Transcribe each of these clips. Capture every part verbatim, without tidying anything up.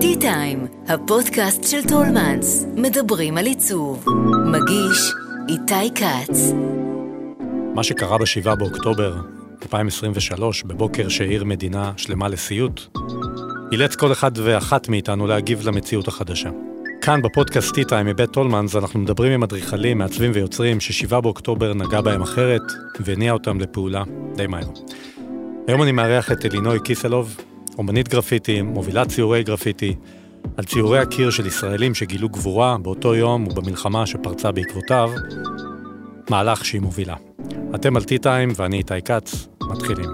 טי טיים, הפודקאסט של טולמנס, מדברים על עיצוב. מגיש איתי קץ. מה שקרה בשבעה באוקטובר אלפיים עשרים ושלוש, בבוקר שהעיר מדינה שלמה לסיוט, אילץ כל אחד ואחת מאיתנו להגיב למציאות החדשה. כאן בפודקאסט טי טיים מבית טולמנס אנחנו מדברים עם אדריכלים, מעצבים ויוצרים ששבעה באוקטובר נגע בהם אחרת והניע אותם לפעולה די מהר. היום אני מארח את אלינוי קיסלוב, אומנית גרפיטי, מובילת ציורי גרפיטי, על ציורי הקיר של ישראלים שגילו גבורה באותו יום ובמלחמה שפרצה בעקבותיו, מהלך שהיא מובילה. אתם על טי טיים ואני איתי קץ, מתחילים.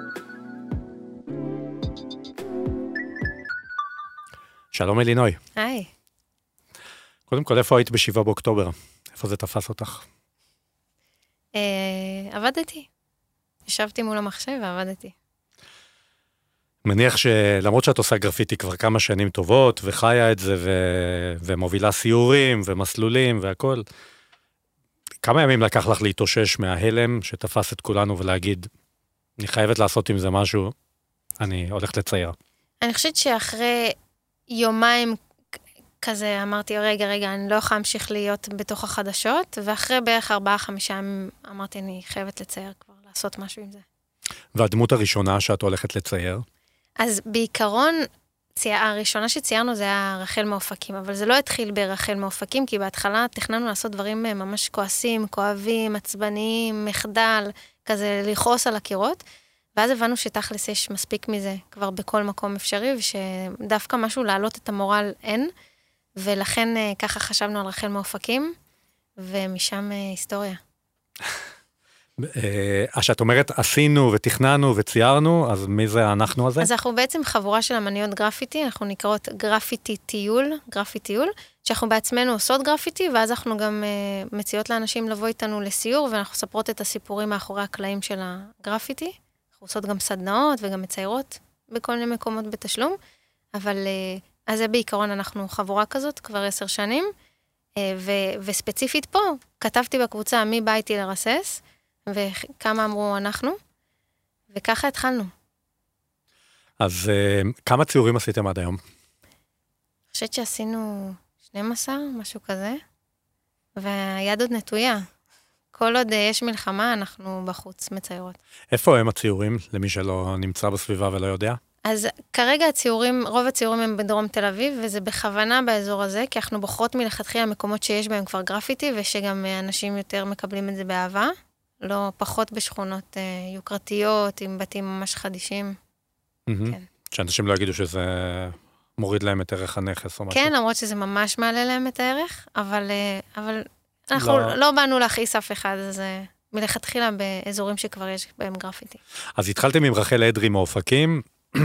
שלום אלינוי. היי. קודם כל, איפה היית בשבעה באוקטובר? איפה זה תפס אותך? אה, עבדתי. ישבתי מול המחשב ועבדתי. מניח שלמרות שאת עושה גרפיטי כבר כמה שנים טובות, וחיה את זה, ו... ומובילה סיורים, ומסלולים, והכל, כמה ימים לקח לך להתאושש מההלם שתפס את כולנו ולהגיד, אני חייבת לעשות עם זה משהו, אני הולכת לצייר. אני חושבת שאחרי יומיים כזה אמרתי, רגע, רגע, אני לא יכולה להמשיך להיות בתוך החדשות, ואחרי בערך ארבעה, חמישה ימים אמרתי, אני חייבת לצייר כבר, לעשות משהו עם זה. והדמות הראשונה שאת הולכת לצייר? אז בעיקרון, הראשונה שציירנו זה היה רחל מאופקים, אבל זה לא התחיל ברחל מאופקים, כי בהתחלה תכננו לעשות דברים ממש כועסים, כואבים, עצבניים, מחדל, כזה לכעוס על הקירות, ואז הבנו שתכלס יש מספיק מזה כבר בכל מקום אפשרי, ושדווקא משהו להעלות את המורל אין, ולכן ככה חשבנו על רחל מאופקים, ומשם היסטוריה. אז שאת אומרת, עשינו ותכננו וציירנו, אז מי זה אנחנו הזה? אז אנחנו בעצם חבורה של אמניות גרפיטי, אנחנו נקראות גרפיטי טיול, גרפיטי טיול, שאנחנו בעצמנו עושות גרפיטי, ואז אנחנו גם uh, מציעות לאנשים לבוא איתנו לסיור, ואנחנו ספרות את הסיפורים מאחורי הקלעים של הגרפיטי. אנחנו עושות גם סדנאות וגם מציירות בכל מיני מקומות בתשלום, אבל uh, אז זה בעיקרון אנחנו חבורה כזאת כבר עשר שנים, uh, ו- וספציפית פה, כתבתי בקבוצה מי בא איתי לרסס, וכמה אמרו אנחנו, וככה התחלנו. אז uh, כמה ציורים עשיתם עד היום? אני חושבת שעשינו שנים עשר, משהו כזה, והיד עוד נטויה. כל עוד יש מלחמה, אנחנו בחוץ מציירות. איפה הם הציורים, למי שלא נמצא בסביבה ולא יודע? אז כרגע הציורים, רוב הציורים הם בדרום תל אביב, וזה בכוונה באזור הזה, כי אנחנו בוחרות מלכתחילה המקומות שיש בהם כבר גרפיטי, ושגם אנשים יותר מקבלים את זה באהבה. לא פחות בשכונות אה, יוקרתיות, עם בתים ממש חדישים. Mm-hmm. כן. שאנשים לא יגידו שזה מוריד להם את ערך הנכס או משהו. כן, למרות שזה ממש מעלה להם את הערך, אבל, אה, אבל אנחנו לא, לא באנו להכעיס אף אחד, אז אה, מלכתחילה באזורים שכבר יש בהם גרפיטי. אז התחלתם עם רחל אדרי מאופקים,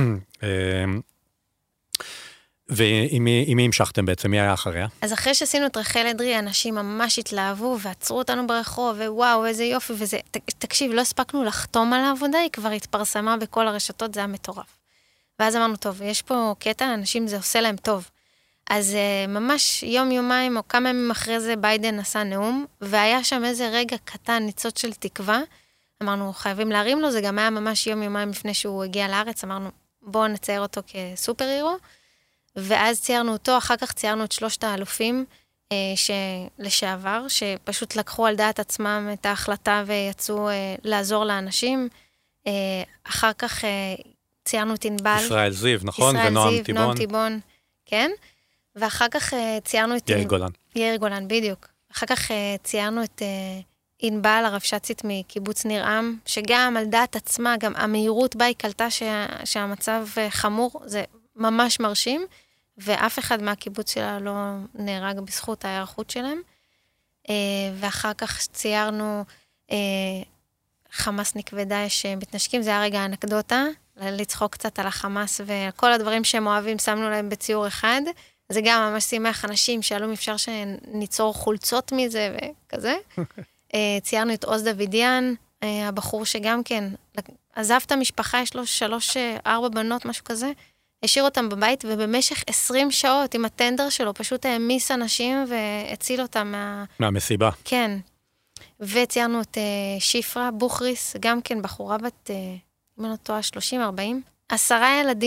ועם מי המשכתם בעצם? מי היה אחריה? אז אחרי שעשינו את רחל אדרי, אנשים ממש התלהבו ועצרו אותנו ברחוב, ווואו, איזה יופי, וזה, תקשיב, לא הספקנו לחתום על העבודה, היא כבר התפרסמה בכל הרשתות, זה היה מטורף. ואז אמרנו, טוב, יש פה קטע, אנשים זה עושה להם טוב. אז ממש יום יומיים, או כמה ימים אחרי זה, ביידן עשה נאום, והיה שם איזה רגע קטן, ניצוץ של תקווה, אמרנו, חייבים להרים לו, זה גם היה ממש יום יומיים לפני שהוא הגיע לארץ, אמרנו, בואו נצייר אותו כסופר הירו, ואז ציירנו אותו, אחר כך ציירנו את שלושת האלופים אה, לשעבר, שפשוט לקחו על דעת עצמם את ההחלטה ויצאו אה, לעזור לאנשים. אה, אחר כך אה, ציירנו את ענבל. ישראל זיו, נכון? ישראל ונועם זיו, טיבון. נועם טיבון, כן. ואחר כך אה, ציירנו את... יאיר גולן. יאיר גולן, בדיוק. אחר כך אה, ציירנו את אה, ענבל, הרבש"צית מקיבוץ ניר עם, שגם על דעת עצמה, גם המהירות בה היא קלטה שה, שהמצב אה, חמור, זה ממש מרשים. ואף אחד מהקיבוץ שלה לא נהרג בזכות ההיערכות שלהם. ואחר כך ציירנו חמאסניק ודאעש מתנשקים, זה היה רגע האנקדוטה, לצחוק קצת על החמאס וכל הדברים שהם אוהבים שמנו להם בציור אחד. זה גם ממש שימח אנשים שאלו אם אפשר שניצור חולצות מזה וכזה. ציירנו את עוז דוידיאן, הבחור שגם כן עזב את המשפחה, יש לו שלוש, ארבע בנות, משהו כזה, השאיר אותם בבית, ובמשך עשרים שעות עם הטנדר שלו, פשוט העמיס אנשים והציל אותם מה... מהמסיבה. כן. וציירנו את uh, שיפרה בוכריס, גם כן בחורה בת, אם אני לא טועה, שלושים ארבעים. עשרה ילדים,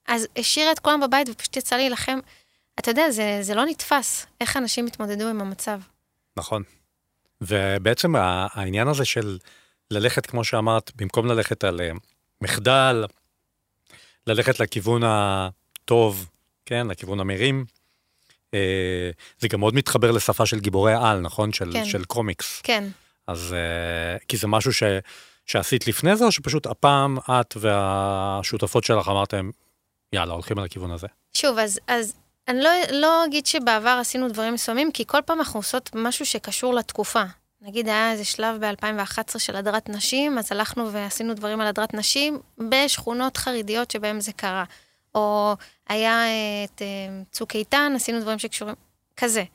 אז השאירה את כולם בבית ופשוט יצא לי לכם, אתה יודע, זה, זה לא נתפס, איך אנשים התמודדו עם המצב. נכון. ובעצם העניין הזה של ללכת, כמו שאמרת, במקום ללכת על מחדל, ללכת לכיוון הטוב, כן, לכיוון המרים, זה גם מאוד מתחבר לשפה של גיבורי העל, נכון? של, כן. של קומיקס. כן. אז, כי זה משהו ש, שעשית לפני זה, או שפשוט הפעם את והשותפות שלך אמרתם, יאללה, הולכים על הכיוון הזה. שוב, אז, אז אני לא, לא אגיד שבעבר עשינו דברים מסוימים, כי כל פעם אנחנו עושות משהו שקשור לתקופה. נגיד, היה איזה שלב ב-אלפיים ואחת עשרה של הדרת נשים, אז הלכנו ועשינו דברים על הדרת נשים בשכונות חרדיות שבהם זה קרה. או היה את צוק איתן, עשינו דברים שקשורים, כזה.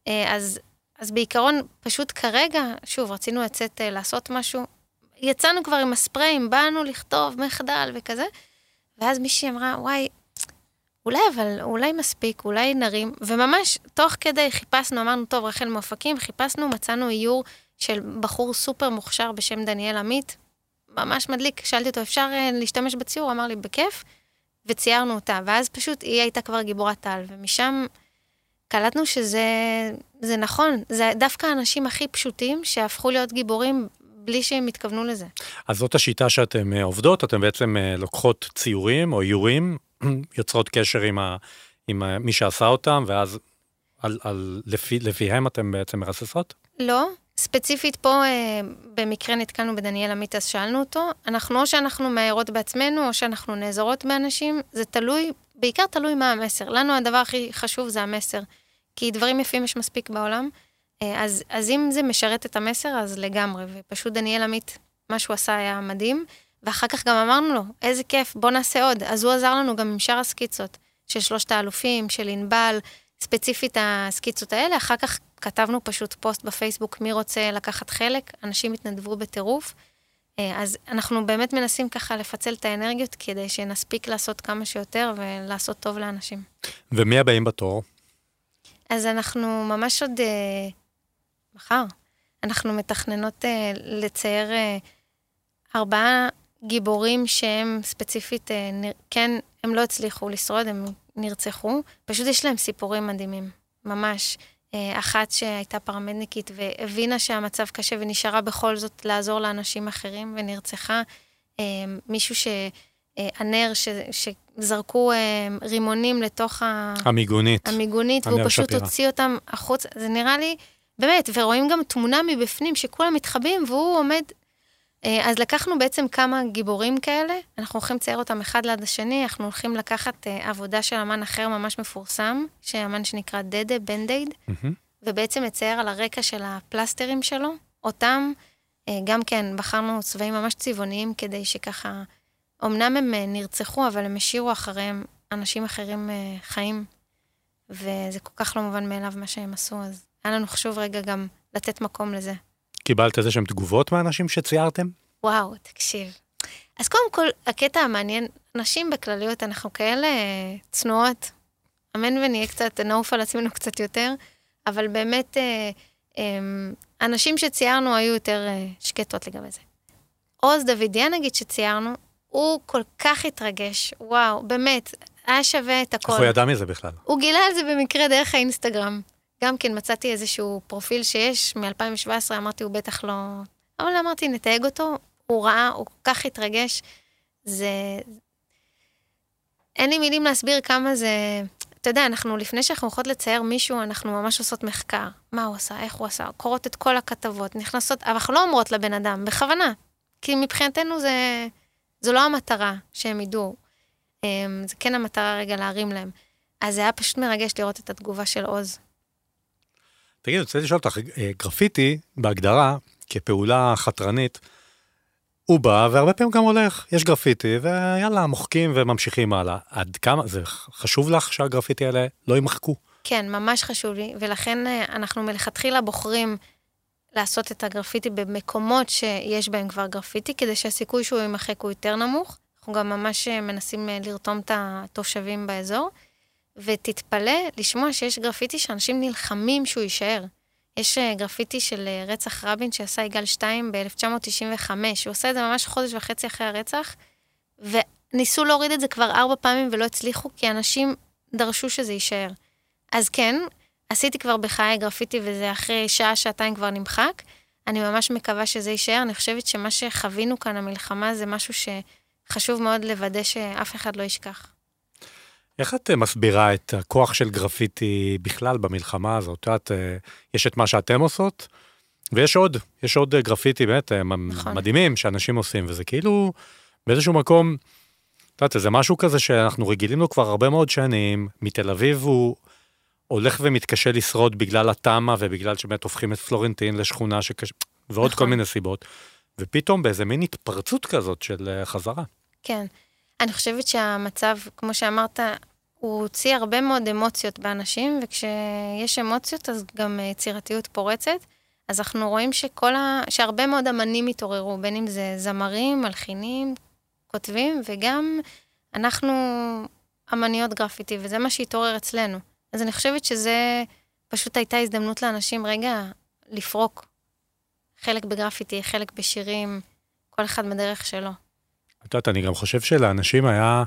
אז, אז בעיקרון, פשוט כרגע, שוב, רצינו לצאת לעשות משהו, יצאנו כבר עם הספריים, באנו לכתוב מחדל וכזה, ואז מישהי אמרה, וואי, אולי אבל, אולי מספיק, אולי נרים, וממש תוך כדי חיפשנו, אמרנו, טוב, רחל מאופקים, חיפשנו, מצאנו איור של בחור סופר מוכשר בשם דניאל עמית, ממש מדליק, שאלתי אותו, אפשר להשתמש בציור? אמר לי, בכיף, וציירנו אותה, ואז פשוט היא הייתה כבר גיבורת על, ומשם קלטנו שזה זה נכון, זה דווקא האנשים הכי פשוטים שהפכו להיות גיבורים בלי שהם התכוונו לזה. אז זאת השיטה שאתם עובדות, אתם בעצם לוקחות ציורים או איורים, יוצרות קשר עם, ה, עם ה, מי שעשה אותם, ואז על, על, לפי, לפיהם אתם בעצם מרססות? לא, ספציפית פה, אה, במקרה נתקלנו בדניאל עמית, אז שאלנו אותו, אנחנו או שאנחנו מהירות בעצמנו, או שאנחנו נעזרות באנשים, זה תלוי, בעיקר תלוי מה המסר. לנו הדבר הכי חשוב זה המסר, כי דברים יפים יש מספיק בעולם, אה, אז, אז אם זה משרת את המסר, אז לגמרי, ופשוט דניאל עמית, מה שהוא עשה היה מדהים, ואחר כך גם אמרנו לו, איזה כיף, בוא נעשה עוד. אז הוא עזר לנו גם עם שאר הסקיצות, של שלושת האלופים, של ענבל, ספציפית הסקיצות האלה, אחר כך כתבנו פשוט פוסט בפייסבוק, מי רוצה לקחת חלק, אנשים התנדבו בטירוף, אז אנחנו באמת מנסים ככה לפצל את האנרגיות, כדי שנספיק לעשות כמה שיותר, ולעשות טוב לאנשים. ומי הבאים בתור? אז אנחנו ממש עוד, אה, מחר, אנחנו מתכננות אה, לצייר אה, ארבעה גיבורים שהם ספציפית, אה, נר, כן, הם לא הצליחו לשרוד, הם נרצחו, פשוט יש להם סיפורים מדהימים, ממש. אחת שהייתה פרמדניקית והבינה שהמצב קשה ונשארה בכל זאת לעזור לאנשים אחרים ונרצחה. מישהו שהנר, שזרקו רימונים לתוך המיגונית. המיגונית, והוא פשוט הוציא אותם החוץ. זה נראה לי, באמת, ורואים גם תמונה מבפנים שכולם מתחבאים והוא עומד. אז לקחנו בעצם כמה גיבורים כאלה, אנחנו הולכים לצייר אותם אחד ליד השני, אנחנו הולכים לקחת עבודה של אמן אחר ממש מפורסם, שאמן שנקרא דדה, בנדייד, mm-hmm. ובעצם לצייר על הרקע של הפלסטרים שלו, אותם, גם כן, בחרנו צבעים ממש צבעוניים, כדי שככה, אמנם הם נרצחו, אבל הם השאירו אחריהם אנשים אחרים חיים, וזה כל כך לא מובן מאליו מה שהם עשו, אז היה לנו חשוב רגע גם לתת מקום לזה. קיבלת איזה שהם תגובות מהאנשים שציירתם? וואו, תקשיב. אז קודם כל, הקטע המעניין, נשים בכלליות, אנחנו כאלה צנועות, אמן ונהיה קצת, נעוף על עצמנו קצת יותר, אבל באמת, אנשים שציירנו היו יותר שקטות לגבי זה. עוז דוידיה, נגיד שציירנו, הוא כל כך התרגש, וואו, באמת, היה שווה את הכל. איך הוא ידע מזה בכלל? הוא גילה על זה במקרה דרך האינסטגרם. גם כן מצאתי איזשהו פרופיל שיש, מ-אלפיים שבע עשרה אמרתי, הוא בטח לא... אבל אמרתי, נתייג אותו, הוא ראה, הוא כל כך התרגש, זה... אין לי מילים להסביר כמה זה... אתה יודע, אנחנו, לפני שאנחנו הולכות לצייר מישהו, אנחנו ממש עושות מחקר. מה הוא עשה, איך הוא עשה, קוראות את כל הכתבות, נכנסות, אבל אנחנו לא אומרות לבן אדם, בכוונה. כי מבחינתנו זה... זו לא המטרה שהם ידעו. זה כן המטרה רגע להרים להם. אז זה היה פשוט מרגש לראות את התגובה של עוז. תגיד, רוצה לשאול אותך, גרפיטי בהגדרה, כפעולה חתרנית, הוא בא והרבה פעמים גם הולך, יש גרפיטי, ויאללה, מוחקים וממשיכים הלאה. עד כמה, זה חשוב לך שהגרפיטי האלה לא יימחקו? כן, ממש חשוב לי, ולכן אנחנו מלכתחילה בוחרים לעשות את הגרפיטי במקומות שיש בהם כבר גרפיטי, כדי שהסיכוי שהוא יימחק הוא יותר נמוך. אנחנו גם ממש מנסים לרתום את התושבים באזור, ותתפלא לשמוע שיש גרפיטי שאנשים נלחמים שהוא יישאר. יש גרפיטי של רצח רבין שעשה יגאל שתיים ב-אלף תשע מאות תשעים וחמש, הוא עושה את זה ממש חודש וחצי אחרי הרצח, ניסו להוריד את זה כבר ארבע פעמים ולא הצליחו, כי אנשים דרשו שזה יישאר. אז כן, עשיתי כבר בחיי גרפיטי, וזה אחרי שעה, שעתיים כבר נמחק. אני ממש מקווה שזה יישאר. אני חושבת שמה שחווינו כאן, המלחמה, זה משהו שחשוב מאוד לוודא שאף אחד לא ישכח. איך את מסבירה את הכוח של גרפיטי בכלל במלחמה הזאת? את, יש את מה שאתם עושות, ויש עוד, יש עוד גרפיטי באמת נכון. מדהימים שאנשים עושים, וזה כאילו באיזשהו מקום, את יודעת, זה משהו כזה שאנחנו רגילים לו כבר הרבה מאוד שנים, מתל אביב הוא הולך ומתקשה לשרוד בגלל התאמה, ובגלל שבאמת הופכים את פלורנטין לשכונה שקשה, ועוד נכון. כל מיני סיבות, ופתאום באיזה מין התפרצות כזאת של חזרה. כן, אני חושבת שהמצב, כמו שאמרת, הוא הוציא הרבה מאוד אמוציות באנשים, וכשיש אמוציות, אז גם יצירתיות פורצת, אז אנחנו רואים שכל ה... שהרבה מאוד אמנים התעוררו, בין אם זה זמרים, מלחינים, כותבים, וגם אנחנו אמניות גרפיטי, וזה מה שהתעורר אצלנו. אז אני חושבת שזה פשוט הייתה הזדמנות לאנשים, רגע, לפרוק. חלק בגרפיטי, חלק בשירים, כל אחד בדרך שלו. את יודעת, אני גם חושב שלאנשים היה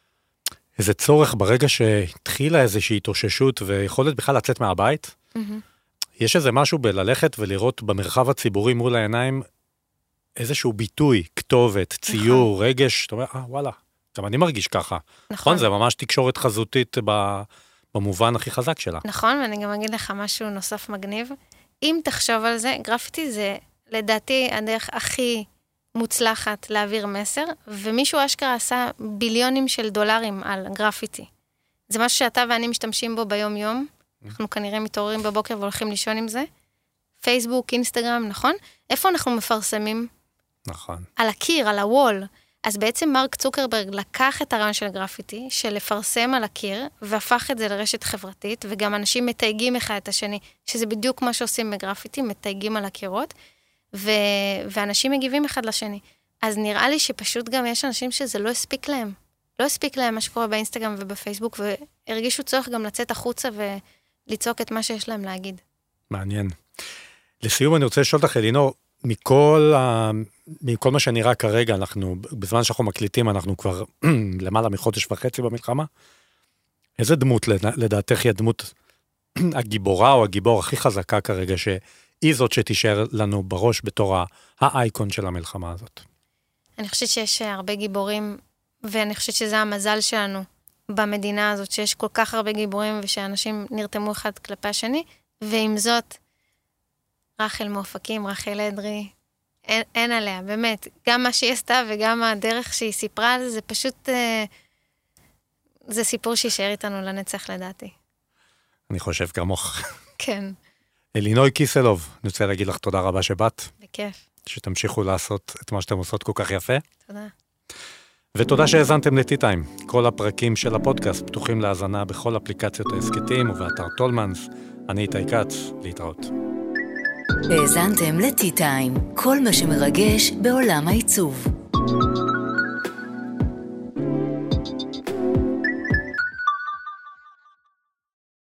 איזה צורך ברגע שהתחילה איזושהי התאוששות, ויכולת בכלל לצאת מהבית. Mm-hmm. יש איזה משהו בללכת ולראות במרחב הציבורי מול העיניים, איזשהו ביטוי, כתובת, ציור, נכון. רגש, אתה אומר, אה, וואלה, גם אני מרגיש ככה. נכון. נכון, זה ממש תקשורת חזותית ב... במובן הכי חזק שלה. נכון, ואני גם אגיד לך משהו נוסף מגניב. אם תחשוב על זה, גרפיטי זה לדעתי הדרך הכי מוצלחת להעביר מסר, ומישהו אשכרה עשה ביליונים של דולרים על גרפיטי. זה משהו שאתה ואני משתמשים בו ביום יום, אנחנו כנראה מתעוררים בבוקר והולכים לישון עם זה. פייסבוק, אינסטגרם, נכון? איפה אנחנו מפרסמים? נכון. על הקיר, על הוול. אז בעצם מרק צוקרברג לקח את הרעיון של גרפיטי, של לפרסם על הקיר, והפך את זה לרשת חברתית, וגם אנשים מתייגים אחד את השני, שזה בדיוק מה שעושים בגרפיטי, מתייגים על הקירות, ו... ואנשים מגיבים אחד לשני. אז נראה לי שפשוט גם יש אנשים שזה לא הספיק להם. לא הספיק להם מה שקורה באינסטגרם ובפייסבוק, והרגישו צורך גם לצאת החוצה ולצעוק את מה שיש להם להגיד. מעניין. לסיום אני רוצה לשאול אותך, אלינור, מכל, ה... מכל מה שנראה כרגע, אנחנו, בזמן שאנחנו מקליטים, אנחנו כבר למעלה מחודש וחצי במלחמה. איזה דמות לדעתך היא הדמות הגיבורה או הגיבור הכי חזקה כרגע, שהיא זאת שתישאר לנו בראש בתור האייקון של המלחמה הזאת? אני חושבת שיש הרבה גיבורים, ואני חושבת שזה המזל שלנו במדינה הזאת, שיש כל כך הרבה גיבורים, ושאנשים נרתמו אחד כלפי השני, ועם זאת, רחל מאופקים, רחל אדרי, אין, אין עליה, באמת. גם מה שהיא עשתה וגם הדרך שהיא סיפרה על זה, זה פשוט, אה, זה סיפור שישאר איתנו לנצח לדעתי. אני חושב כמוך. כן. אלינוי קיסלוב, אני רוצה להגיד לך תודה רבה שבאת. בכיף. שתמשיכו לעשות את מה שאתם עושות כל כך יפה. תודה. ותודה שהאזנתם לטי טיים. כל הפרקים של הפודקאסט פתוחים להאזנה בכל אפליקציות העסקתיים ובאתר טולמנס. אני איתי כץ, להתראות. האזנתם לטי טיים, כל מה שמרגש בעולם העיצוב.